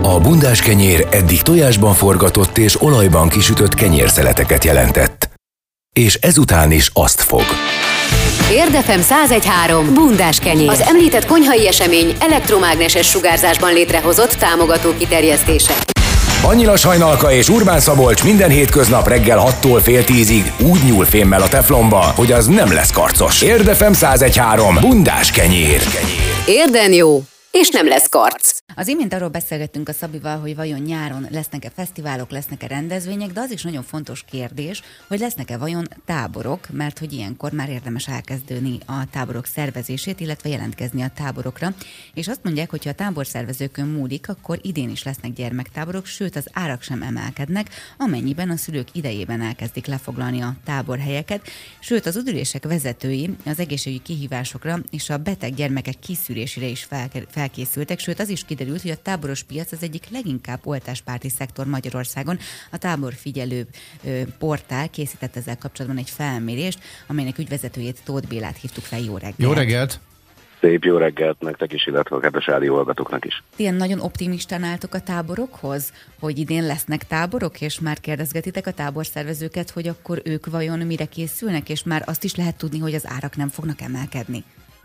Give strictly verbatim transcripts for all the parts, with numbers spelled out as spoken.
A bundás kenyér eddig tojásban forgatott és olajban kisütött kenyérszeleteket jelentett. És ezután is azt fog. Érdefem száz egy három bundás kenyér. Az említett konyhai esemény elektromágneses sugárzásban létrehozott támogató kiterjesztése. Annyila Sajnalka és Urbán Szabolcs minden hétköznap reggel hattól fél tízig úgy nyúl fémmel a teflonba, hogy az nem lesz karcos. Érdefem száz egy három bundás kenyér. Érden jó, és nem lesz karc. Az imént arról beszélgettünk a Szabival, hogy vajon nyáron lesznek-e fesztiválok, lesznek-e rendezvények, de az is nagyon fontos kérdés, hogy lesznek-e vajon táborok, mert hogy ilyenkor már érdemes elkezdeni a táborok szervezését, illetve jelentkezni a táborokra. És azt mondják, hogy ha a táborszervezőkön múlik, akkor idén is lesznek gyermektáborok, sőt az árak sem emelkednek, amennyiben a szülők idejében elkezdik lefoglalni a táborhelyeket, sőt az üdülések vezetői az egészségügyi kihívásokra és a beteg gyermekek kiszűrésére is felkészültek, sőt az is kiderült, hogy a táboros piac az egyik leginkább oltáspárti szektor Magyarországon. A táborfigyelő ö, portál készített ezzel kapcsolatban egy felmérést, amelynek ügyvezetőjét, Tóth Bélát hívtuk fel. Jó reggelt! Jó reggelt! Szép jó reggelt nektek is, illetve a kedves rádió hallgatóknak is. Ilyen nagyon optimistán álltok a táborokhoz, hogy idén lesznek táborok, és már kérdezgetitek a táborszervezőket, hogy akkor ők vajon mire készülnek, és már azt is lehet tudni, hogy az árak nem fognak emelkedni.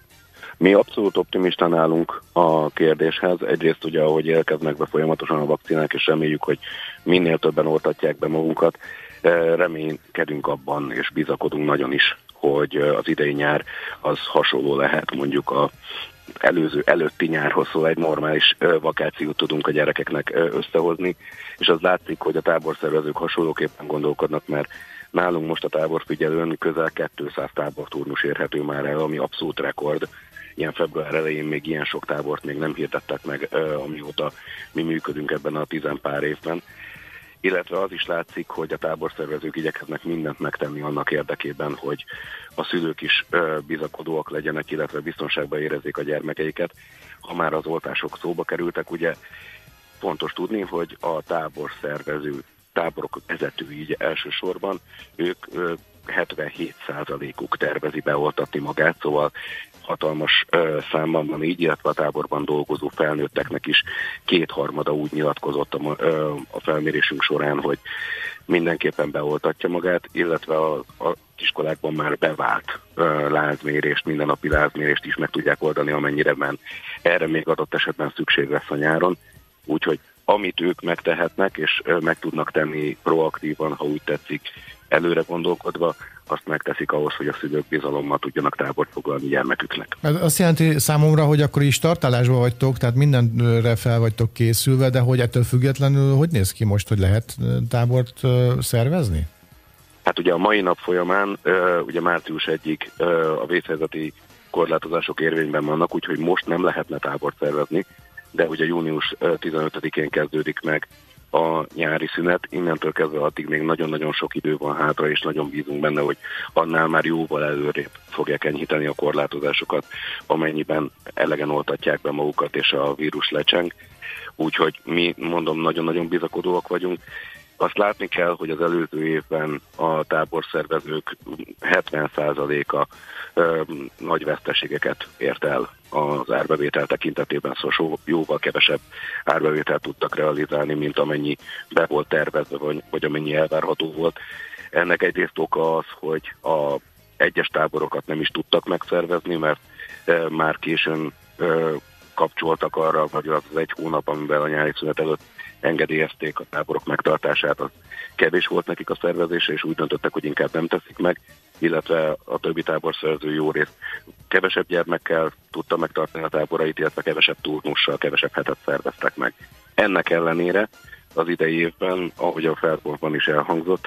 Mi abszolút optimistán állunk a kérdéshez. Egyrészt ugye, ahogy érkeznek be folyamatosan a vakcinák, és reméljük, hogy minél többen oltatják be magunkat, reménykedünk abban, és bizakodunk nagyon is, hogy az idei nyár az hasonló lehet mondjuk a előző előtti nyárhoz, szóval egy normális vakációt tudunk a gyerekeknek összehozni, és az látszik, hogy a táborszervezők hasonlóképpen gondolkodnak, mert nálunk most a táborfigyelőn közel kétszáz táborturnus érhető már el, ami abszolút rekord. Ilyen február elején még ilyen sok tábort még nem hirdettek meg, amióta mi működünk ebben a tizenpár évben. Illetve az is látszik, hogy a táborszervezők igyekeznek mindent megtenni annak érdekében, hogy a szülők is bizakodóak legyenek, illetve biztonságban érezzék a gyermekeiket. Ha már az oltások szóba kerültek, ugye fontos tudni, hogy a táborszervező táborok vezetői így elsősorban, ők hetvenhét százalékuk tervezi beoltatni magát, szóval hatalmas ö, számban van így, illetve a táborban dolgozó felnőtteknek is kétharmada úgy nyilatkozott a, ö, a felmérésünk során, hogy mindenképpen beoltatja magát, illetve a, a iskolákban már bevált ö, lázmérést, mindennapi lázmérést is meg tudják oldani, amennyire van. Erre még adott esetben szükség lesz a nyáron, úgyhogy amit ők megtehetnek, és ö, meg tudnak tenni proaktívan, ha úgy tetszik, előre gondolkodva, azt megteszik ahhoz, hogy a szülők bizalommal tudjanak tábort foglalni gyermeküknek. Ez azt jelenti számomra, hogy akkor is tartálásban vagytok, tehát mindenre fel vagytok készülve, de hogy ettől függetlenül hogy néz ki most, hogy lehet tábort szervezni? Hát ugye a mai nap folyamán, ugye március elsejéig a vészhelyzeti korlátozások érvényben vannak, úgyhogy most nem lehetne tábort szervezni, de ugye június tizenötödikén kezdődik meg a nyári szünet, innentől kezdve addig még nagyon-nagyon sok idő van hátra, és nagyon bízunk benne, hogy annál már jóval előrébb fogják enyhíteni a korlátozásokat, amennyiben elegen oltatják be magukat, és a vírus lecseng. Úgyhogy mi, mondom, nagyon-nagyon bizakodóak vagyunk. Azt látni kell, hogy az előző évben a táborszervezők hetven százaléka ö, nagy veszteségeket ért el az árbevétel tekintetében, szóval jóval kevesebb árbevételt tudtak realizálni, mint amennyi be volt tervezve, vagy, vagy amennyi elvárható volt. Ennek egyrészt oka az, hogy a egyes táborokat nem is tudtak megszervezni, mert ö, már későn ö, kapcsoltak arra, vagy az az egy hónap, amivel a nyári szünet előtt engedélyezték a táborok megtartását, az kevés volt nekik a szervezése, és úgy döntöttek, hogy inkább nem teszik meg, illetve a többi táborszervező jó részt kevesebb gyermekkel tudta megtartani a táborait, illetve kevesebb turnussal, kevesebb hetet szerveztek meg. Ennek ellenére az idei évben, ahogy a felszólásban is elhangzott,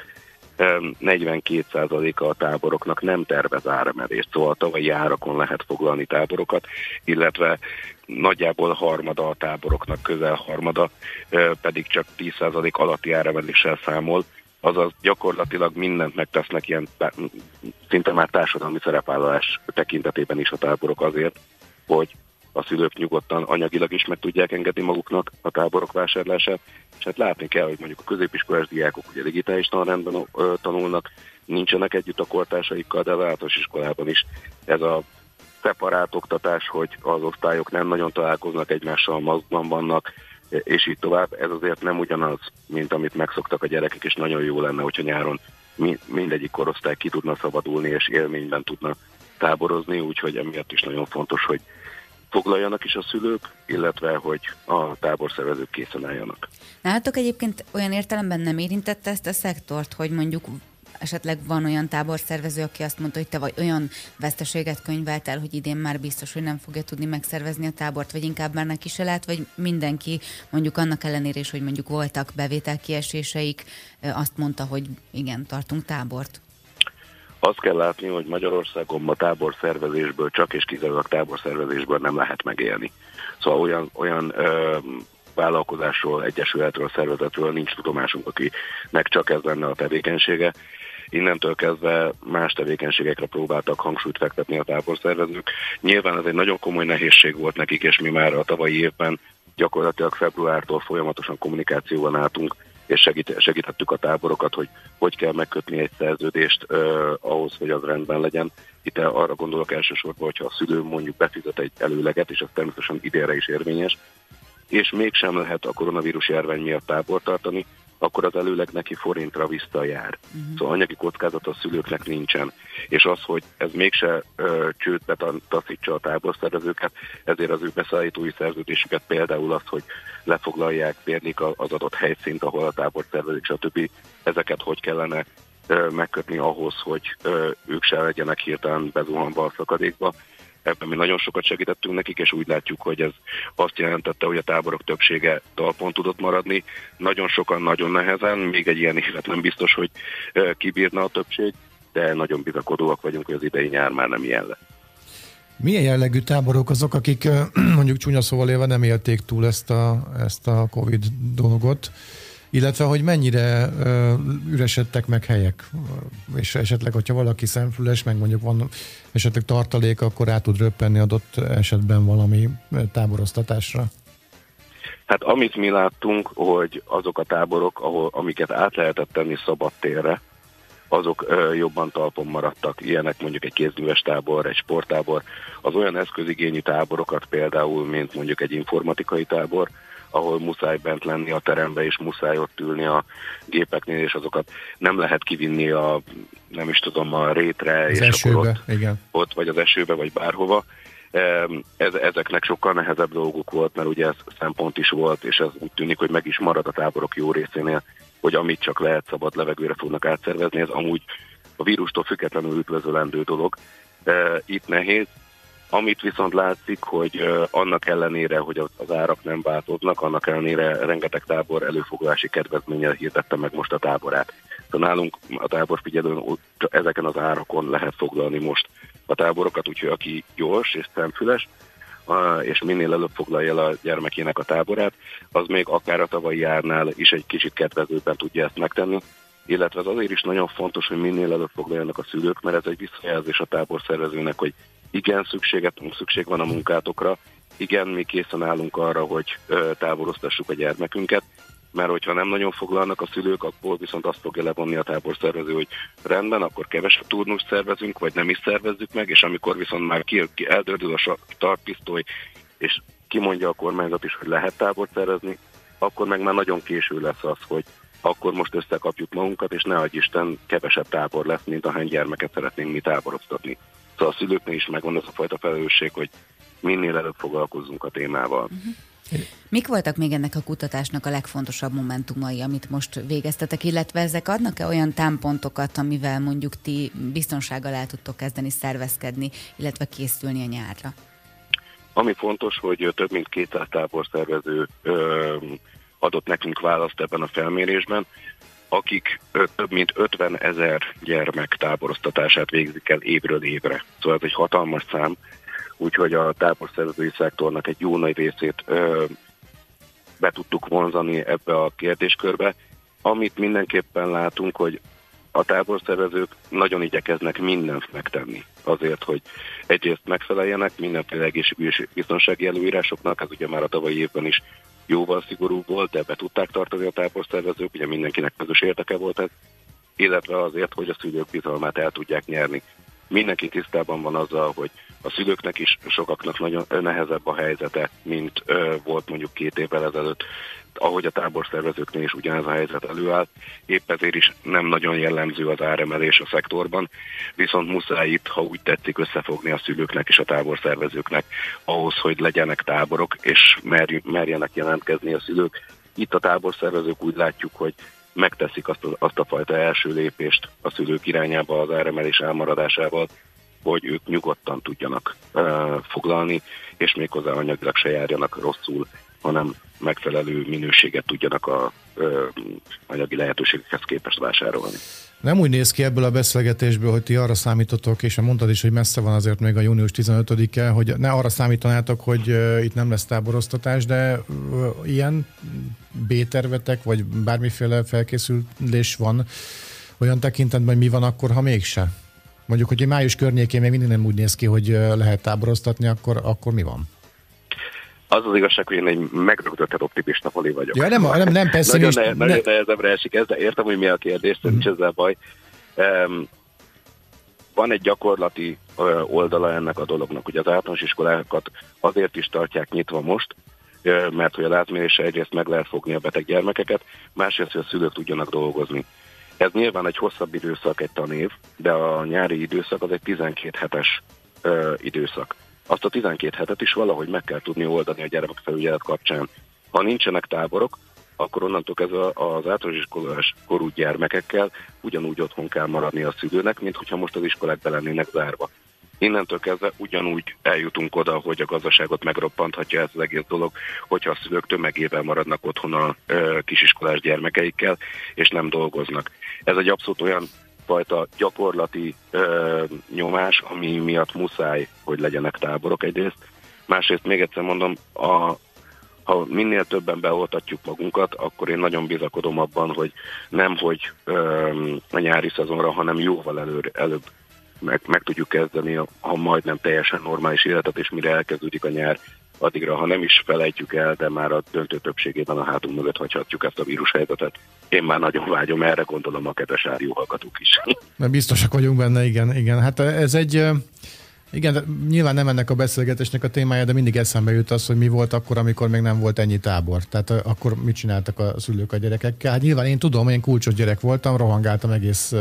negyvenkét százaléka a táboroknak nem tervez áremelést, szóval a tavalyi árakon lehet foglalni táborokat, illetve nagyjából harmada a táboroknak, közel harmada pedig csak tíz százalék alatti áremeléssel számol, azaz gyakorlatilag mindent megtesznek ilyen szinte már társadalmi szerepvállalás tekintetében is a táborok azért, hogy a szülők nyugodtan anyagilag is meg tudják engedni maguknak a táborok vásárlását, és hát látni kell, hogy mondjuk a középiskolás diákok ugye digitális tanrendben tanulnak, nincsenek együtt a kortársaikkal, de az általános iskolában is ez a szeparált oktatás, hogy az osztályok nem nagyon találkoznak egymással, magukban vannak, és így tovább. Ez azért nem ugyanaz, mint amit megszoktak a gyerekek, és nagyon jó lenne, hogyha nyáron mindegyik korosztály ki tudna szabadulni, és élményben tudna táborozni, úgyhogy emiatt is nagyon fontos, hogy foglaljanak is a szülők, illetve hogy a táborszervezők készen álljanak. Nálatok egyébként olyan értelemben nem érintette ezt a szektort, hogy mondjuk esetleg van olyan táborszervező, aki azt mondta, hogy te vagy olyan veszteséget könyvelt el, hogy idén már biztos, hogy nem fogja tudni megszervezni a tábort, vagy inkább már neki se lát, vagy mindenki mondjuk annak ellenére is, hogy mondjuk voltak bevételkieséseik, azt mondta, hogy igen, tartunk tábort. Azt kell látni, hogy Magyarországon a táborszervezésből, csak és kizárólag táborszervezésből nem lehet megélni. Szóval olyan, olyan ö, vállalkozásról, egyesületről, szervezetről nincs tudomásunk, akinek csak ez lenne a tevékenysége. Innentől kezdve más tevékenységekre próbáltak hangsúlyt fektetni a táborszervezők. Nyilván ez egy nagyon komoly nehézség volt nekik, és mi már a tavalyi évben gyakorlatilag februártól folyamatosan kommunikációban álltunk, és segít, segítettük a táborokat, hogy hogy kell megkötni egy szerződést eh, ahhoz, hogy az rendben legyen. Itt arra gondolok elsősorban, hogyha a szülő mondjuk befizet egy előleget, és az természetesen idénre is érvényes, és mégsem lehet a koronavírus járvány miatt tábort tartani, akkor az előleg neki forintra visszajár. Uh-huh. Szóval anyagi kockázat a szülőknek nincsen. És az, hogy ez mégse ö, csődbe taszítsa a táborszervezőket, ezért az ő beszállítói szerződésüket, például az, hogy lefoglalják, bérlik az adott helyszínt, ahol a tábort szervezik, stb. Ezeket hogy kellene ö, megkötni ahhoz, hogy ö, ők se legyenek hirtelen bezuhanva a szakadékba. Ebben mi nagyon sokat segítettünk nekik, és úgy látjuk, hogy ez azt jelentette, hogy a táborok többsége talpon tudott maradni. Nagyon sokan, nagyon nehezen, még egy ilyen évet nem biztos, hogy kibírna a többség, de nagyon bizakodóak vagyunk, hogy az idei nyár már nem ilyen lesz. Milyen jellegű táborok azok, akik mondjuk csúnya szóval élve nem élték túl ezt a, ezt a Covid dolgot, illetve hogy mennyire ö, üresedtek meg helyek, és esetleg, hogyha valaki szemfüles, meg mondjuk van esetleg tartalék, akkor rá tud röppenni adott esetben valami táboroztatásra? Hát amit mi láttunk, hogy azok a táborok, ahol, amiket át lehetett tenni szabadtérre, azok ö, jobban talpon maradtak. Ilyenek mondjuk egy kézműves tábor, egy sporttábor, az olyan eszközigényű táborokat például, mint mondjuk egy informatikai tábor, ahol muszáj bent lenni a terembe, és muszáj ott ülni a gépeknél, és azokat nem lehet kivinni a, nem is tudom, a rétre, az és esőbe, akkor ott, igen. ott, vagy az esőbe, vagy bárhova. Ez, ezeknek sokkal nehezebb dolguk volt, mert ugye ez szempont is volt, és ez úgy tűnik, hogy meg is marad a táborok jó részénél, hogy amit csak lehet, szabad levegőre fognak átszervezni, ez amúgy a vírustól függetlenül üdvözölendő dolog. Itt nehéz. Amit viszont látszik, hogy uh, annak ellenére, hogy az árak nem változnak, annak ellenére rengeteg tábor előfoglalási kedvezménnyel hirdette meg most a táborát. Szóval nálunk a táborfigyelőn ezeken az árakon lehet foglalni most a táborokat, úgyhogy aki gyors és szemfüles, uh, és minél előbb foglalja el a gyermekének a táborát, az még akár a tavalyi árnál is egy kicsit kedvezőbben tudja ezt megtenni. Illetve az azért is nagyon fontos, hogy minél előbb foglaljanak a szülők, mert ez egy visszajelzés a táborszervezőnek, hogy igen, szükséget, szükség van a munkátokra, igen, mi készen állunk arra, hogy ö, táboroztassuk a gyermekünket, mert hogyha nem nagyon foglalnak a szülők, akkor viszont azt fogja levonni a táborszervező, hogy rendben, akkor kevesebb turnust szervezünk, vagy nem is szervezzük meg, és amikor viszont már ki, ki eldördül a startpisztoly, és kimondja a kormányzat is, hogy lehet tábort szervezni, akkor meg már nagyon késő lesz az, hogy akkor most összekapjuk magunkat, és ne adj Isten, kevesebb tábor lesz, mint ahány gyermeket szeretnénk mi táboroztatni. Szóval a szülőknél is megvan ez a fajta felelősség, hogy minél előbb foglalkozzunk a témával. Uh-huh. Mik voltak még ennek a kutatásnak a legfontosabb momentumai, amit most végeztetek, illetve ezek adnak-e olyan támpontokat, amivel mondjuk ti biztonsággal el tudtok kezdeni szervezkedni, illetve készülni a nyárra? Ami fontos, hogy több mint kétszáz táborszervező ö, adott nekünk választ ebben a felmérésben, akik több mint ötven ezer gyermek táboroztatását végzik el évről évre. Szóval ez egy hatalmas szám, úgyhogy a táborszervezői szektornak egy jó nagy részét ö, be tudtuk vonzani ebbe a kérdéskörbe. Amit mindenképpen látunk, hogy a táborszervezők nagyon igyekeznek mindent megtenni azért, hogy egyrészt megfeleljenek mindenféle egészségügyi és biztonsági előírásoknak, ez ugye már a tavalyi évben is jóval szigorúbb volt, de be tudták tartani a táborszervezők, ugye mindenkinek közös érdeke volt ez, illetve azért, hogy a szülők bizalmát el tudják nyerni. Mindenki tisztában van azzal, hogy A szülőknek is sokaknak nagyon nehezebb a helyzete, mint ö, volt mondjuk két évvel ezelőtt, ahogy a táborszervezőknél is ugyanez a helyzet előáll. Épp ezért is nem nagyon jellemző az áremelés a szektorban, viszont muszáj itt, ha úgy tetszik, összefogni a szülőknek és a táborszervezőknek ahhoz, hogy legyenek táborok, és merjenek jelentkezni a szülők. Itt a táborszervezők úgy látjuk, hogy megteszik azt a, azt a fajta első lépést a szülők irányába az áremelés elmaradásával, hogy ők nyugodtan tudjanak uh, foglalni, és méghozzá anyagilag se járjanak rosszul, hanem megfelelő minőséget tudjanak a uh, anyagi lehetőségekhez képest vásárolni. Nem úgy néz ki ebből a beszélgetésből, hogy ti arra számítotok, és mondtad is, hogy messze van azért még a június tizenötödike, hogy ne arra számítanátok, hogy uh, itt nem lesz táboroztatás, de uh, ilyen B-tervetek, vagy bármiféle felkészülés van olyan tekintetben, hogy mi van akkor, ha mégse? Mondjuk, hogy május környékén még mindig nem úgy néz ki, hogy lehet táboroztatni, akkor, akkor mi van? Az az igazság, hogy én egy megrögzített optimista fali vagyok. Ja, nem, nem, nem pessimist. Nagyon, ne, ne... nagyon nehezemre esik ez, de értem, hogy mi a kérdés, mm. nincs ezzel baj. Um, van egy gyakorlati uh, oldala ennek a dolognak, hogy az általános iskolákat azért is tartják nyitva most, uh, mert hogy a lázméréssel egyrészt meg lehet fogni a beteg gyermekeket, másrészt, hogy a szülők tudjanak dolgozni. Ez nyilván egy hosszabb időszak, egy tanév, de a nyári időszak az egy tizenkét hetes uh, időszak. Azt a tizenkét hetet is valahogy meg kell tudni oldani a gyermekfelügyelet kapcsán. Ha nincsenek táborok, akkor onnantól kezdve az általános iskolás korú gyermekekkel ugyanúgy otthon kell maradni a szülőnek, mint hogyha most az iskolák be lennének zárva. Innentől kezdve ugyanúgy eljutunk oda, hogy a gazdaságot megroppanthatja ez az egész dolog, hogyha a szülők tömegével maradnak otthon a ö, kisiskolás gyermekeikkel, és nem dolgoznak. Ez egy abszolút olyan fajta gyakorlati ö, nyomás, ami miatt muszáj, hogy legyenek táborok egyrészt. Másrészt még egyszer mondom, a, ha minél többen beoltatjuk magunkat, akkor én nagyon bizakodom abban, hogy nem hogy ö, a nyári szezonra, hanem jóval előre, előbb meg, meg tudjuk kezdeni, ha majdnem teljesen normális életet, és mire elkezdődik a nyár, addigra, ha nem is felejtjük el, de már a döntő többségében a hátunk mögött hagyhatjuk ezt a vírushelyzetet. Én már nagyon vágyom, erre gondolom a kedves rádióhallgatók is. Mert biztosak vagyunk benne, igen, igen. Hát ez egy, igen, nyilván nem ennek a beszélgetésnek a témája, de mindig eszembe jut az, hogy mi volt akkor, amikor még nem volt ennyi tábor. Tehát akkor mit csináltak a szülők a gyerekekkel? Hát nyilván én tudom, én kulcsos gyerek voltam, rohangáltam egész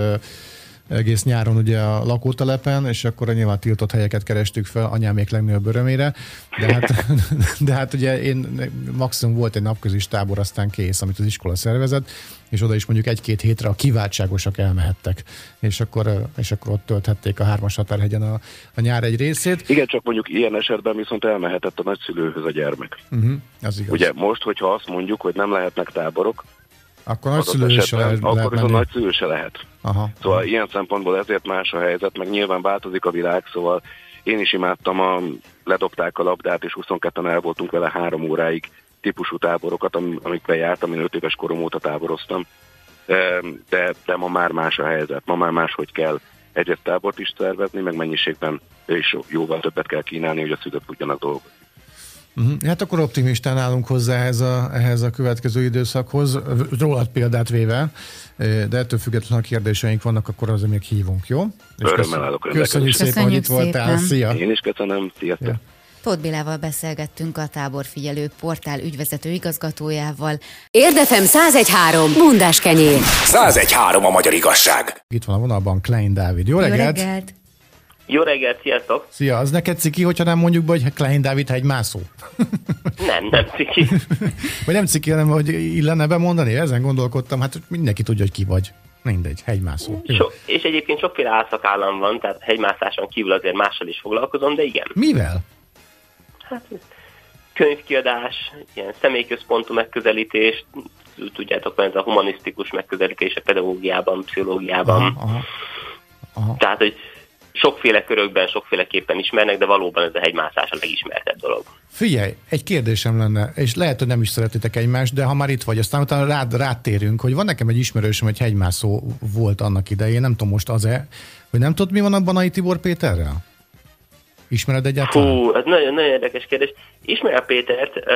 egész nyáron ugye a lakótelepen, és akkor a nyilván tiltott helyeket kerestük fel anyámék legnagyobb örömére, de hát, de hát ugye én maximum volt egy napközis tábor, aztán kész, amit az iskola szervezett, és oda is mondjuk egy-két hétre a kiváltságosak elmehettek, és akkor, és akkor ott tölthették a hármas határhegyen a, a nyár egy részét. Igen, csak mondjuk ilyen esetben viszont elmehetett a nagyszülőhöz a gyermek. Uh-huh, az igaz. Ugye most, hogyha azt mondjuk, hogy nem lehetnek táborok, akkor nagyszülő se lehet, akkor lehet viszont nagyszülő se lehet. Aha. Szóval ilyen szempontból ezért más a helyzet, meg nyilván változik a világ, szóval én is imádtam, a, ledobták a labdát, és huszonketten el voltunk vele három óráig típusú táborokat, amikben jártam, én öt éves korom óta táboroztam, de, de ma már más a helyzet, ma már máshogy kell egyrészt tábort is szervezni, meg mennyiségben és jóval többet kell kínálni, hogy a szülők tudjanak dolgozni. Uh-huh. Hát akkor optimistán állunk hozzá ehhez a, ehhez a következő időszakhoz, rólad példát véve, de ettől függetlenül, ha kérdéseink vannak, akkor azért még hívunk, jó? Örömmel állok rendelkezésre. Köszönjük szépen, hogy itt voltál. Szia! Én is köszönöm, sziasztok! Ja. Tóth Bélával beszélgettünk, a Táborfigyelő portál ügyvezető igazgatójával. Érdefem száz egy három, bundás kenyér. száz egy három a magyar igazság. Itt van a vonalban Klein Dávid. Jó reggelt! Jó reggelt! Jó reggelt, sziasztok! Szia, az neked ciki, hogyha nem mondjuk be, hogy Klein Dávid hegymászó? Nem, nem ciki. Vagy nem ciki, hanem hogy illene bemondani? Ezen gondolkodtam, hát mindenki tudja, hogy ki vagy. Mindegy, hegymászó. So, és egyébként sokféle álszakállam van, tehát hegymászáson kívül azért mással is foglalkozom, de igen. Mivel? Hát könyvkiadás, ilyen személyközpontú megközelítés, tudjátok, van ez a humanisztikus megközelítés a pedagógiában, pszichológiában. Aha, aha, aha. Tehát, hogy sokféle körökben, sokféleképpen ismernek, de valóban ez a hegymászás a legismertebb dolog. Figyelj, egy kérdésem lenne, és lehet, hogy nem is szeretitek egymást, de ha már itt vagy, aztán utána rád, rád térünk, hogy van nekem egy ismerősöm, egy hegymászó volt annak idején, nem tudom most az-e, hogy nem tudod, mi van abban a Tibor Péterrel? Ismered egyáltalán? Hú, ez nagyon, nagyon érdekes kérdés. Ismerem Pétert uh,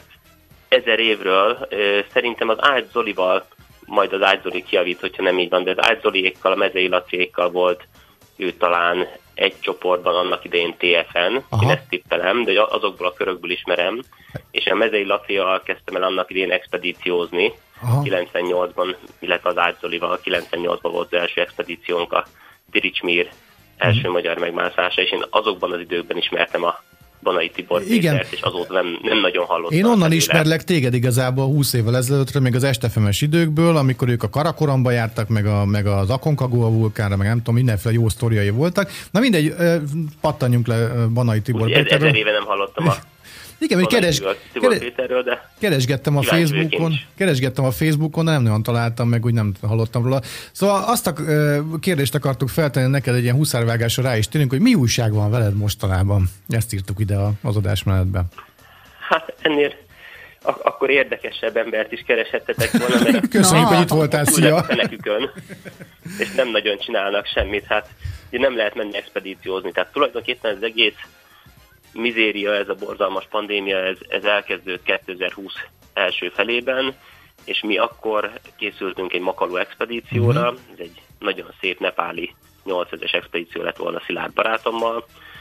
ezer évről, uh, szerintem az Ács Zolival, majd az Ács Zoli kijavít, hogyha nem így van, de az Ács Zoliékkal, a Mezei Laciékkal volt ő talán egy csoportban annak idején té ef en, Aha. én ezt tippelem, de azokból a körökből ismerem, és a Mezei Lacival kezdtem el annak idején expedíciózni, Aha. kilencvennyolcban, illetve az Ács Zolival kilencvennyolcban volt az első expedíciónk, a Diricsmír első hmm. magyar megmászása, és én azokban az időkben ismertem a Banai Tibor Pétert, és azóta nem, nem nagyon hallottam. Én onnan ismerlek téged igazából húsz évvel ezelőttről, még az Estefemes időkből, amikor ők a Karakoromba jártak, meg, a, meg az Aconcagua vulkánra, meg nem tudom, mindenféle jó sztoriai voltak. Na mindegy, pattanjunk le Banai Tibor Péterről. Ezer éve nem hallottam a Igen, hogy keres, keres, Péterről, de keresgettem a Facebookon, keresgettem a Facebookon, de nem nagyon találtam meg, úgy nem hallottam róla. Szóval azt a kérdést akartuk feltenni neked, egy ilyen huszárvágásra rá is térünk, hogy mi újság van veled mostanában? Ezt írtuk ide az adásmenetben. Hát ennél ak- akkor érdekesebb embert is kereshettetek volna, mert köszönjük, hogy itt voltál, szia! Fenekükön, és nem nagyon csinálnak semmit. Hát ugye nem lehet menni expedíciózni, tehát tulajdonképpen az egész mizéria, ez a borzalmas pandémia, ez, ez elkezdődött kétezer-húsz első felében, és mi akkor készültünk egy Makalu expedícióra, uh-huh. ez egy nagyon szép nepáli nyolcezres expedíció lett volna Szilárd barátommal,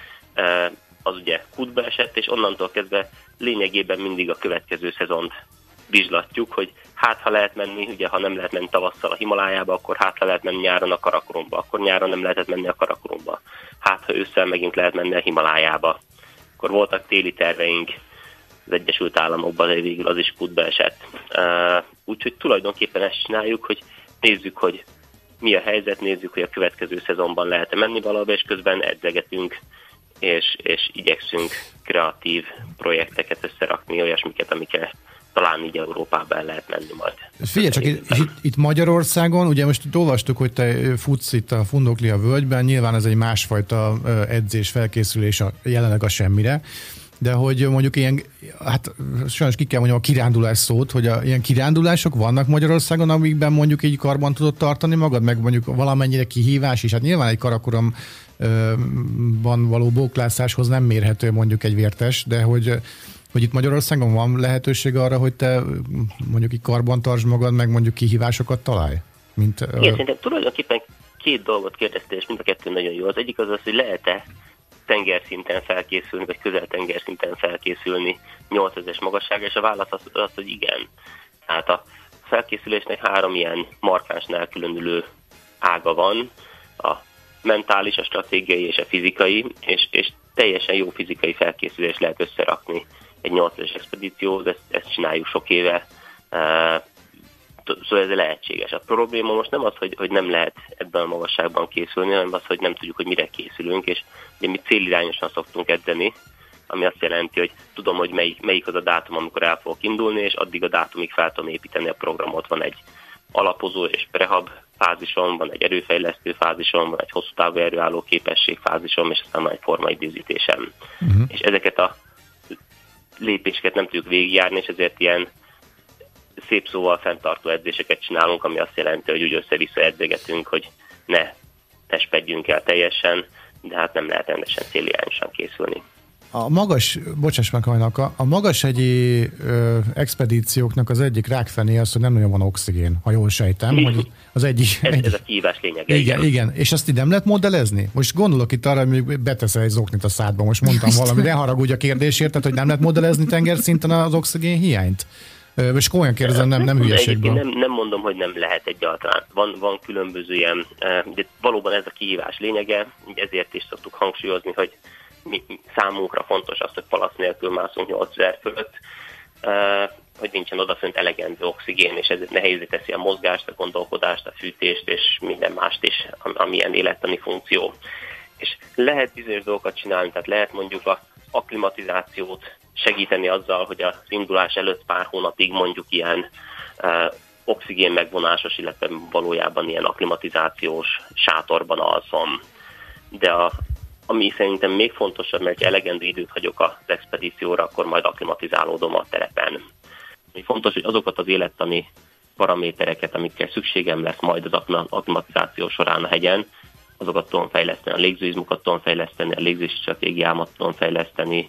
az ugye kútba esett, és onnantól kezdve lényegében mindig a következő szezont vizslatjuk, hogy hát ha lehet menni, ugye ha nem lehet menni tavasszal a Himalájába, akkor hát ha lehet menni nyáron a Karakoromba, akkor nyáron nem lehetett menni a Karakoromba, hát ha ősszel megint lehet menni a Himalájába. Akkor voltak téli terveink az Egyesült Államokban, de végül az is kútba esett. Uh, úgyhogy tulajdonképpen ezt csináljuk, hogy nézzük, hogy mi a helyzet, nézzük, hogy a következő szezonban lehet-e menni valahol, és közben edzegetünk, és, és igyekszünk kreatív projekteket összerakni, olyasmiket, amiket talán így Európában lehet menni majd. Figyelj csak, itt, itt Magyarországon, ugye most itt olvastuk, hogy te futsz itt a Fundoklia völgyben, nyilván ez egy másfajta edzés, felkészülés a, jelenleg a semmire, de hogy mondjuk ilyen, hát sajnos ki kell mondjam a kirándulás szót, hogy a, ilyen kirándulások vannak Magyarországon, amikben mondjuk így karban tudod tartani magad, meg mondjuk valamennyire kihívás is, hát nyilván egy Karakoromban való bóklászáshoz nem mérhető mondjuk egy vértes, de hogy hogy itt Magyarországon van lehetőség arra, hogy te mondjuk így karban tartsd magad, meg mondjuk kihívásokat találj? Mint, Igen, uh... szerintem tulajdonképpen két dolgot kérdeztél, és mind a kettő nagyon jó. Az egyik az az, hogy lehet-e tengerszinten felkészülni, vagy közel tengerszinten felkészülni nyolcezres magasságra, és a válasz az, az, hogy igen. Hát a felkészülésnek három ilyen markáns elkülönülő ága van, a mentális, a stratégiai és a fizikai, és, és teljesen jó fizikai felkészülést lehet összerakni egy nyolcas expedícióhoz, ezt, ezt csináljuk sok éve, szóval ez lehetséges. A probléma most nem az, hogy, hogy nem lehet ebben a magasságban készülni, hanem az, hogy nem tudjuk, hogy mire készülünk, és ugye mi célirányosan szoktunk edzeni, ami azt jelenti, hogy tudom, hogy melyik, melyik az a dátum, amikor el fogok indulni, és addig a dátumig fel tudom építeni a programot. Van egy alapozó és prehab fázisom, van egy erőfejlesztő fázisom, van egy hosszú távú erőálló képesség fázisom, és aztán van egy formaidőzítésem. Uh-huh. És ezeket a lépéseket nem tudjuk végigjárni, és ezért ilyen szép szóval fenntartó edzéseket csinálunk, ami azt jelenti, hogy úgy össze-vissza edzegetünk, hogy ne testpedjünk el teljesen, de hát nem lehet rendesen célirányosan készülni. A magas, bocsáss meg hajnak, a, a magashegyi ö, expedícióknak az egyik rákfené az, hogy nem nagyon van oxigén, ha jól sejtem, hogy az egyik... Ez, egy... ez a kihívás lényege. Igen, igen, igen, és azt így nem lehet modellezni? Most gondolok itt arra, hogy beteszel egy zoknit a szádba, most mondtam valami, ne haragudj a kérdésért, tehát hogy nem lehet modellezni tengerszinten az oxigén hiányt? És komolyan kérdezem, nem, nem hülyeségből. Nem, nem mondom, hogy nem lehet egyáltalán. Van, van különböző ilyen, de valóban ez a kihívás lényege, ezért is szoktuk hangsúlyozni, hogy mi, számunkra fontos az, hogy palasz nélkül mászunk nyolcezer fölött, hogy nincsen odafönt elegendő oxigén, és ez nehézé teszi a mozgást, a gondolkodást, a fűtést, és minden mást is, amilyen élettani funkció. És lehet bizonyos dolgokat csinálni, tehát lehet mondjuk a akklimatizációt segíteni azzal, hogy az indulás előtt pár hónapig mondjuk ilyen uh, oxigén megvonásos, illetve valójában ilyen akklimatizációs sátorban alszom. De a, ami szerintem még fontosabb, mert elegendő időt hagyok az expedícióra, akkor majd akklimatizálódom a terepen. Ami fontos, hogy azokat az élettani paramétereket, amikkel szükségem lesz majd az akklimatizáció során a hegyen, azokat tudom fejleszteni, a légzőizmokat tudom fejleszteni, a légzési stratégiámat tudom fejleszteni,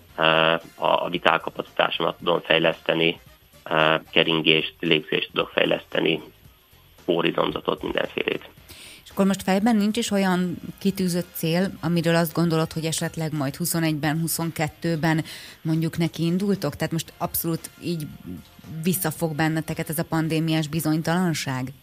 a vitálkapacitásomat tudom fejleszteni, keringést, légzést tudok fejleszteni, horizontot, mindenfélét. És akkor most fejben nincs is olyan kitűzött cél, amiről azt gondolod, hogy esetleg majd huszonegyben, huszonkettőben mondjuk neki indultok? Tehát most abszolút így visszafog benneteket ez a pandémiás bizonytalanság?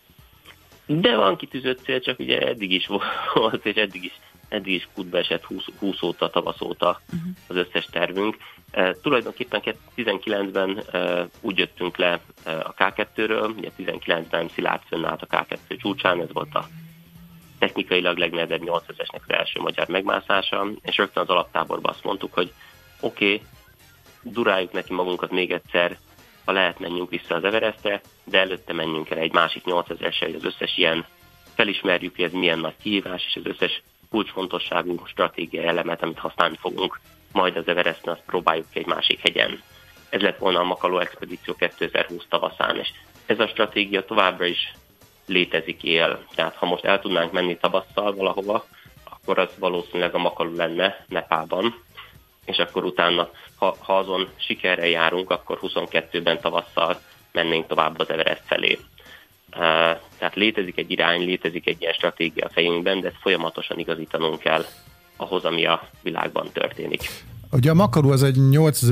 De van kitűzött cél, csak ugye eddig is volt, és eddig is, eddig is kútba esett húsz óta, tavasz óta uh-huh. az összes tervünk. E, tulajdonképpen tizenkilencben e, úgy jöttünk le e, a ká kettőről, ugye tizenkilencben Szilárd fönnállt a ká kettő csúcsán, ez volt a technikailag legnehezebb nyolcezresnek az első magyar megmászása, és rögtön az alaptáborban azt mondtuk, hogy oké, okay, duráljuk neki magunkat még egyszer, ha lehet, menjünk vissza az Everestre, de előtte menjünk el egy másik nyolcezresre, hogy az összes ilyen felismerjük, hogy ez milyen nagy kihívás, és az összes kulcsfontosságú stratégiai elemet, amit használni fogunk majd az Everesten, azt próbáljuk ki egy másik hegyen. Ez lett volna a Makaló expedíció kétezer-húsz tavaszán, és ez a stratégia továbbra is létezik, él. Tehát ha most el tudnánk menni tavasszal valahova, akkor az valószínűleg a Makaló lenne Nepálban, és akkor utána, ha, ha azon sikerrel járunk, akkor huszonkettőben tavasszal mennénk tovább az Everest felé. Uh, tehát létezik egy irány, létezik egy ilyen stratégia a fejünkben, de ezt folyamatosan igazítanunk kell ahhoz, ami a világban történik. Ugye a Makarú az egy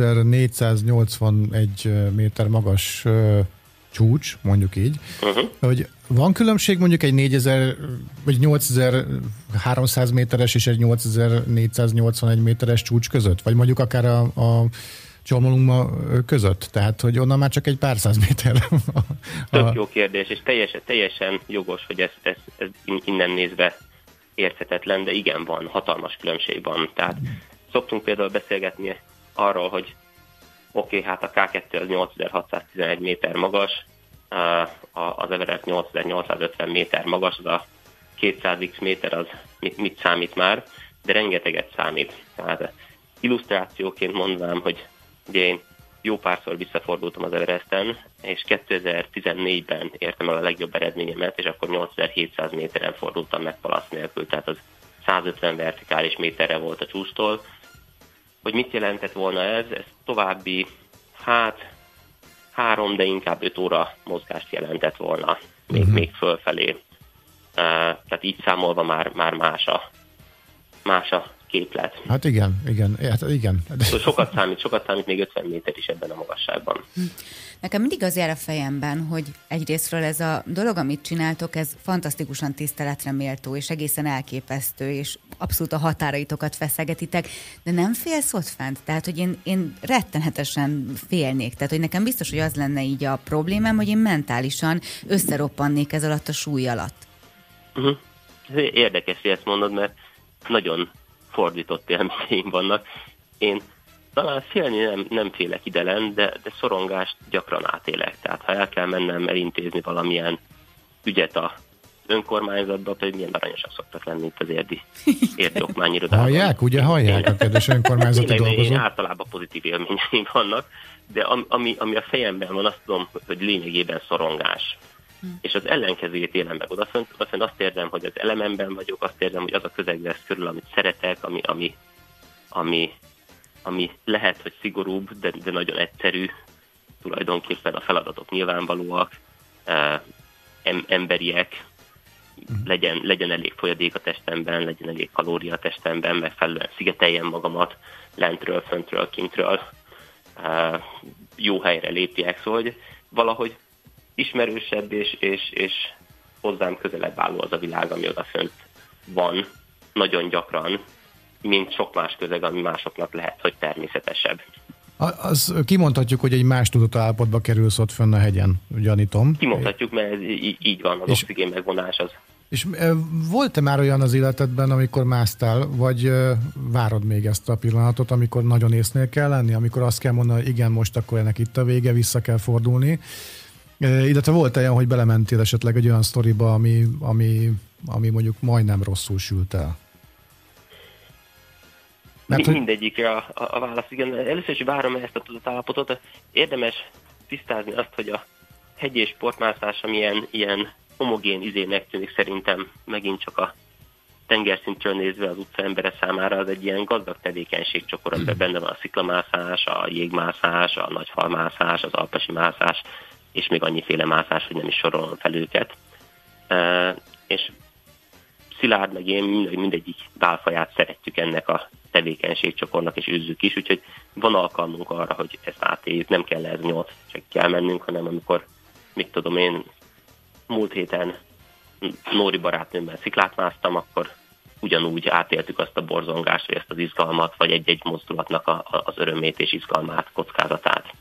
nyolcezer-négyszáznyolcvanegy méter magas uh, csúcs, mondjuk így. Uh-huh. Hogy van különbség mondjuk egy négyezer vagy nyolcezer-háromszáz méteres és egy nyolcezer-négyszáznyolcvanegy méteres csúcs között? Vagy mondjuk akár a, a Csomolungma között? Tehát, hogy onnan már csak egy pár száz méter. Tök jó kérdés, és teljesen, teljesen jogos, hogy ez, ez, ez innen nézve érthetetlen, de igen, van, hatalmas különbség van. Tehát szoktunk például beszélgetni arról, hogy oké, okay, hát a ká kettő az nyolcezer-hatszáztizenegy méter magas, az Everest nyolcezer-nyolcszázötven méter magas, az a kétszáz x méter az mit, mit számít már, de rengeteget számít. Tehát illusztrációként mondanám, hogy ugye én jó párszor visszafordultam az Everesten, és kétezer-tizennégyben értem el a legjobb eredményemet, és akkor nyolcezer-hétszáz méteren fordultam meg palasz nélkül, tehát az százötven vertikális méterre volt a csúcstól. Hogy mit jelentett volna ez? Ez további, hát három, de inkább öt óra mozgást jelentett volna, még, uh-huh. még fölfelé. Uh, tehát így számolva már, már más a, más a képlet. Hát igen, igen, hát igen. Szóval sokat számít, sokat számít még ötven méter is ebben a magasságban. Nekem mindig az jár a fejemben, hogy egyrésztről ez a dolog, amit csináltok, ez fantasztikusan tiszteletre méltó, és egészen elképesztő, és abszolút a határaitokat feszegetitek, de nem félsz ott fent? Tehát, hogy én, én rettenetesen félnék. Tehát, hogy nekem biztos, hogy az lenne így a problémám, hogy én mentálisan összeroppannék ez alatt a súly alatt. Uh-huh. Érdekes, hogy ezt mondod, mert nagyon fordított élményeim vannak. Én talán félni nem, nem félek idelen, de, de szorongást gyakran átélek. Tehát ha el kell mennem elintézni valamilyen ügyet a önkormányzatba, pedig milyen aranyosak szoktak lenni itt az érdi, érdi okmányirodában. Hallják? Ugye hallják a kedves önkormányzati dolgozók? Én általában pozitív élményeim vannak, de ami, ami a fejemben van, azt tudom, hogy lényegében szorongás. Hmm. És az ellenkezőjét élem meg odafönt, odafönt azt érzem, hogy az elememben vagyok, azt érzem, hogy az a közeg lesz körül, amit szeretek, ami, ami, ami, ami lehet, hogy szigorúbb, de, de nagyon egyszerű, tulajdonképpen a feladatok nyilvánvalóak, em, emberiek, hmm. legyen, legyen elég folyadék a testemben, legyen elég kalória a testemben, megfelelően szigeteljem magamat lentről, föntről, kintről, jó helyre lépjek, szóval hogy valahogy ismerősebb és, és, és hozzám közelebb álló az a világ, ami odafönt van, nagyon gyakran, mint sok más közeg, ami másoknak lehet, hogy természetesebb. Az kimondhatjuk, hogy egy más tudatállapotba kerülsz ott fönn a hegyen, gyanítom. Kimondhatjuk, mert ez így, így van, az és, oxigén megvonás az. És volt-e már olyan az életedben, amikor másztál, vagy várod még ezt a pillanatot, amikor nagyon észnél kell lenni, amikor azt kell mondani, hogy igen, most akkor ennek itt a vége, vissza kell fordulni. Illetve volt olyan, hogy belementél esetleg egy olyan sztoriba, ami, ami, ami mondjuk majdnem rosszul sült el? Mert, hogy... Mindegyikre a, a, a válasz, igen. Először is várom ezt a tudatállapotot. Érdemes tisztázni azt, hogy a hegyi és sportmászás, amilyen ilyen homogén izének tűnik, szerintem megint csak a tengerszintről nézve az utca embere számára az egy ilyen gazdag tevékenységcsokor, amiben benne van a sziklamászás, a jégmászás, a nagyfalmászás, az alpesi mászás, és még annyiféle mászás, hogy nem is sorolom fel őket. Uh, és Szilárd meg én mind, mindegyik válfaját szeretjük ennek a tevékenységcsokornak, és űzzük is, úgyhogy van alkalmunk arra, hogy ezt átéljük, nem kell ez nyolc csak kell mennünk, hanem amikor, mit tudom én, múlt héten Nóri barátnőmmel sziklát másztam, akkor ugyanúgy átéltük azt a borzongást, vagy ezt az izgalmat, vagy egy-egy mozdulatnak a, a, az örömét és izgalmát, kockázatát.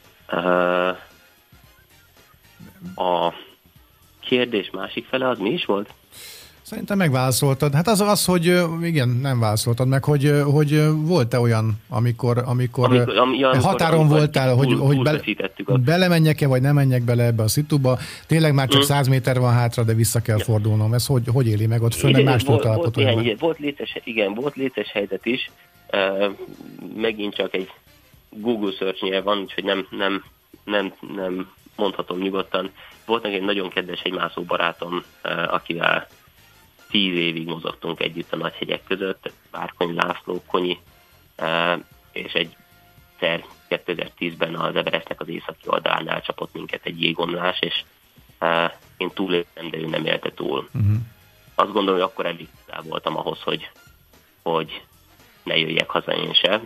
A kérdés másik fele az mi is volt? Szerintem megválaszoltad. Hát az az, hogy igen, nem válaszoltad meg, hogy, hogy volt-e olyan, amikor, amikor, amikor, ami, amikor határon amikor voltál, túl, hogy, hogy bele, belemenjek-e, vagy nem menjek bele ebbe a szituba. Tényleg már csak száz mm. méter van hátra, de vissza kell ja. fordulnom. Ez hogy, hogy éli meg ott föl, meg mástól található? Volt létes, igen, volt létes helyzet is. Uh, megint csak egy Google search-nél van, úgyhogy nem, nem, nem, nem mondhatom nyugodtan. Volt egy nagyon kedves egymászó barátom, uh, akivel tíz évig mozogtunk együtt a Nagyhegyek között, Várkonyi László, Konyi, és egyszer kétezer-tízben az Everestnek az északi oldalán elcsapott minket egy jégomlás, és én túléltem, de ő nem élte túl. Uh-huh. Azt gondolom, hogy akkor elég közel voltam ahhoz, hogy, hogy ne jöjjek haza én se.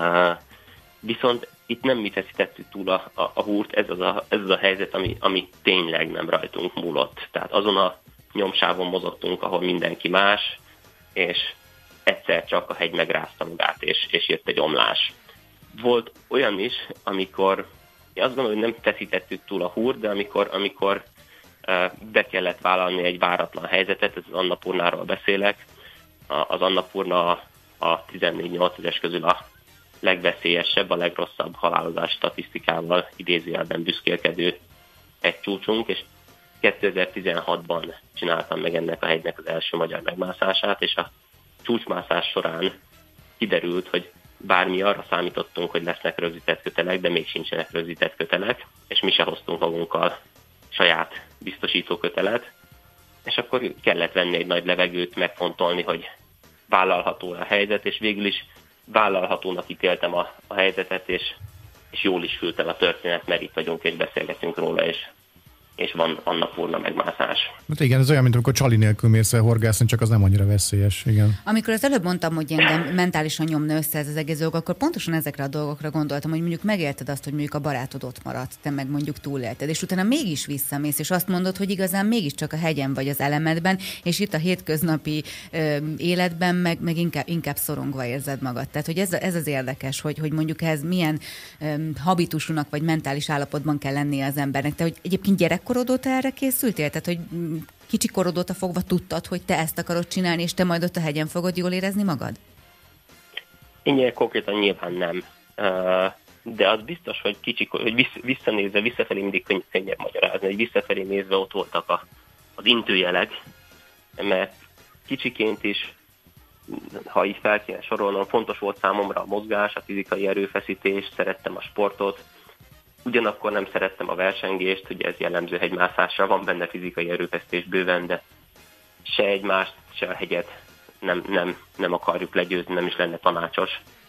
Viszont itt nem mi feszítettük túl a, a, a húrt, ez az a, ez az a helyzet, ami, ami tényleg nem rajtunk múlott. Tehát azon a nyomsávon mozogtunk, ahol mindenki más, és egyszer csak a hegy megrázta magát, és, és jött egy omlás. Volt olyan is, amikor, én azt gondolom, hogy nem feszítettük túl a húrt, de amikor, amikor uh, be kellett vállalni egy váratlan helyzetet, ez az Annapurnáról beszélek, az Annapurna a, a tizennégy nyolcas közül a legveszélyesebb, a legrosszabb halálozás statisztikával idézőjelben büszkélkedő egy csúcsunk, és kétezer-tizenhatban csináltam meg ennek a hegynek az első magyar megmászását, és a csúcsmászás során kiderült, hogy bármi arra számítottunk, hogy lesznek rögzített kötelek, de még sincsenek rögzített kötelek, és mi se hoztunk magunkkal saját biztosító kötelet, és akkor kellett venni egy nagy levegőt, megfontolni, hogy vállalható a helyzet, és végül is vállalhatónak ítéltem a, a helyzetet, és, és jól is fült el a történet, mert itt vagyunk és beszélgetünk róla, és és van Annapurna megmászás. Hát igen, ez olyan, mint amikor csali nélkül mész el horgászni, csak az nem annyira veszélyes, igen. Amikor az előbb mondtam, hogy engem mentálisan nyomna össze ez az egész dolog, akkor pontosan ezekre a dolgokra gondoltam, hogy mondjuk megélted azt, hogy mondjuk a barátod ott maradt, te meg mondjuk túlélted, és utána mégis visszamész, és azt mondod, hogy igazán mégiscsak a hegyen vagy az elemedben, és itt a hétköznapi ö, életben meg, meg inkább, inkább szorongva érzed magad. Tehát, hogy ez, ez az érdekes, hogy, hogy mondjuk ez milyen ö, habitusúnak vagy mentális állapotban kell lennie az embernek. Te, hogy egyébként gyerek korodóta erre készültél? Tehát, hogy kicsi korodóta fogva tudtad, hogy te ezt akarod csinálni, és te majd ott a hegyen fogod jól érezni magad? Én konkrétan nyilván nem. De az biztos, hogy kicsi, hogy visszanézve, visszafelé mindig könny- könnyebb magyarázni, hogy visszafelé nézve ott voltak a, az intőjelek, mert kicsiként is, ha így fel kéne sorolnom, fontos volt számomra a mozgás, a fizikai erőfeszítés, szerettem a sportot, ugyanakkor nem szerettem a versengést, ugye ez jellemző hegymászásra, van benne fizikai erőfeszítés bőven, de se egymást, se a hegyet nem, nem, nem akarjuk legyőzni, nem is lenne tanácsos.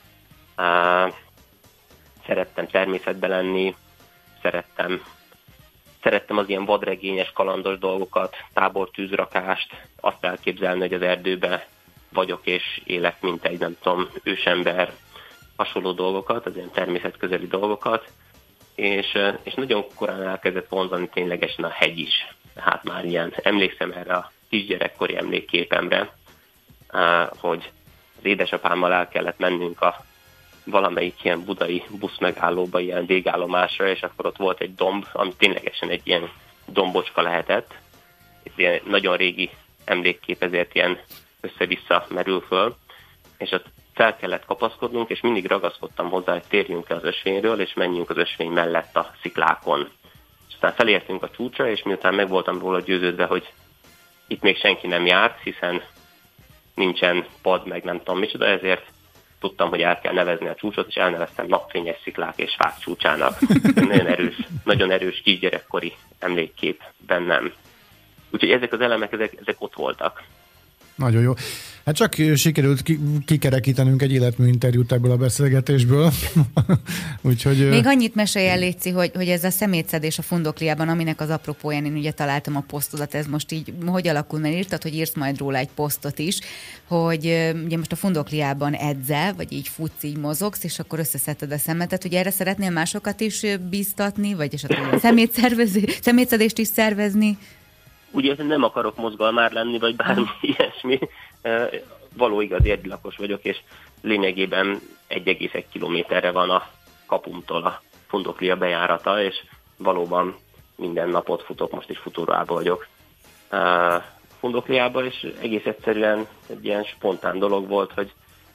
Uh, szerettem természetben lenni, szerettem, szerettem az ilyen vadregényes, kalandos dolgokat, tábortűzrakást, azt elképzelni, hogy az erdőben vagyok és élek, mint egy, nem tudom, ősember, hasonló dolgokat, az ilyen természetközeli dolgokat. És, és nagyon korán elkezdett vonzani ténylegesen a hegy is. Hát már ilyen, emlékszem erre a kisgyerekkori emlékképemre, hogy az édesapámmal el kellett mennünk a valamelyik ilyen budai buszmegállóba, ilyen végállomásra, és akkor ott volt egy domb, ami ténylegesen egy ilyen dombocska lehetett. Ez ilyen nagyon régi emlékkép, ezért ilyen össze-vissza merül föl, és ott fel kellett kapaszkodnunk, és mindig ragaszkodtam hozzá, hogy térjünk el az ösvényről, és menjünk az ösvény mellett a sziklákon. És aztán felértünk a csúcsra, és miután meg voltam róla győződve, hogy itt még senki nem járt, hiszen nincsen pad, meg nem tudom micsoda, ezért tudtam, hogy el kell nevezni a csúcsot, és elneveztem napfényes sziklák és fák csúcsának. Nagyon erős, nagyon erős kisgyerekkori emlékkép bennem. Úgyhogy ezek az elemek, ezek, ezek ott voltak. Nagyon jó. Hát csak sikerült kikerekítenünk egy életmű interjút ebből a beszélgetésből. Úgyhogy... Még annyit mesélj el, Léci, hogy, hogy ez a szemétszedés a Fundokliában, aminek az apropóján én ugye találtam a posztodat, ez most így hogy alakul, mert írtad, hogy írsz majd róla egy posztot is, hogy ugye most a Fundokliában edzel, vagy így futsz, így mozogsz, és akkor összeszedted a szemetet. Ugye erre szeretnél másokat is bíztatni, vagy esetleg szemétszedést is szervezni? Ugye nem akarok mozgalmár lenni, vagy bármi ilyesmi. Való igaz érdilakos vagyok, és lényegében egy egész egy kilométerre van a kapumtól a Fundoklia bejárata, és valóban minden napot futok, most is futóruhában vagyok Fundokliába, és egész egyszerűen egy ilyen spontán dolog volt, hogy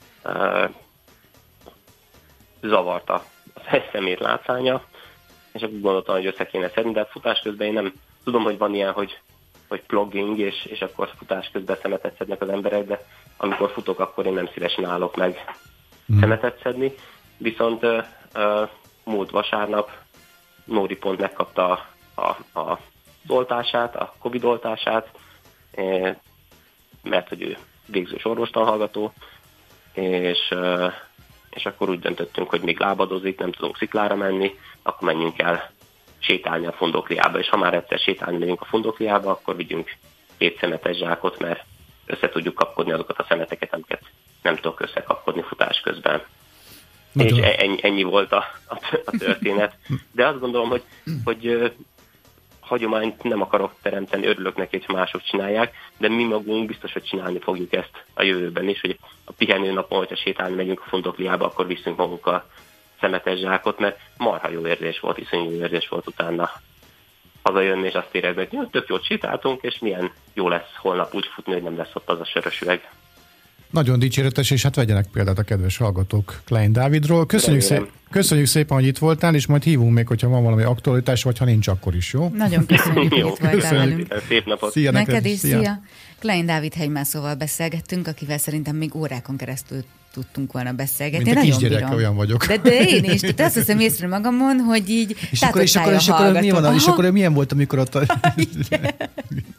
zavarta a szemét látszánya, és akkor gondoltam, hogy össze kéne szedni, de futás közben én nem tudom, hogy van ilyen, hogy hogy plugging, és, és akkor futás közben szemetet szednek az emberek, de amikor futok, akkor én nem szívesen állok meg mm. szemetet szedni. Viszont uh, uh, múlt vasárnap Nóri pont megkapta a, a, a oltását, a Covid oltását, eh, mert hogy ő végzős orvostanhallgató, és, uh, és akkor úgy döntöttünk, hogy még lábadozik, nem tudunk sziklára menni, akkor menjünk el sétálni a Fundokliába, és ha már egyszer sétálni megyünk a Fundokliába, akkor vigyünk két szemetes zsákot, mert össze tudjuk kapkodni azokat a szemeteket, amiket nem tudok összekapkodni futás közben. Nagyon. És ennyi, ennyi volt a, a történet. De azt gondolom, hogy, hogy uh, hagyományt nem akarok teremteni, örülök neki, hogy mások csinálják, de mi magunk biztos, hogy csinálni fogjuk ezt a jövőben is, hogy a pihenő napon, hogyha sétálni megyünk a Fundokliába, akkor viszünk magunkkal szemetes zsákot, mert marha jó érzés volt, iszonyú jó érzés volt utána hazajönni, és azt érezni, hogy tök jót sétáltunk, és milyen jó lesz holnap úgy futni, hogy nem lesz ott az a sörös üveg. Nagyon dicséretes, és hát vegyenek példát a kedves hallgatók Klein Dávidról. Köszönjük, szép, köszönjük szépen, hogy itt voltál, és majd hívunk még, hogyha van valami aktualitás, vagy ha nincs, akkor is, jó? Nagyon köszönjük, hogy itt voltál velünk. Szép napot. Szia neked, neked is, szia. szia. Klein Dávid hegymászóval beszélgettünk, akivel szerintem még órákon keresztül tudtunk volna beszélgetni. Mint a kisgyerek, olyan vagyok. De, de én is, tehát azt hiszem észre magamon, hogy így és akkor, és akkor, és akkor, mi van, és akkor milyen volt, amikor ott...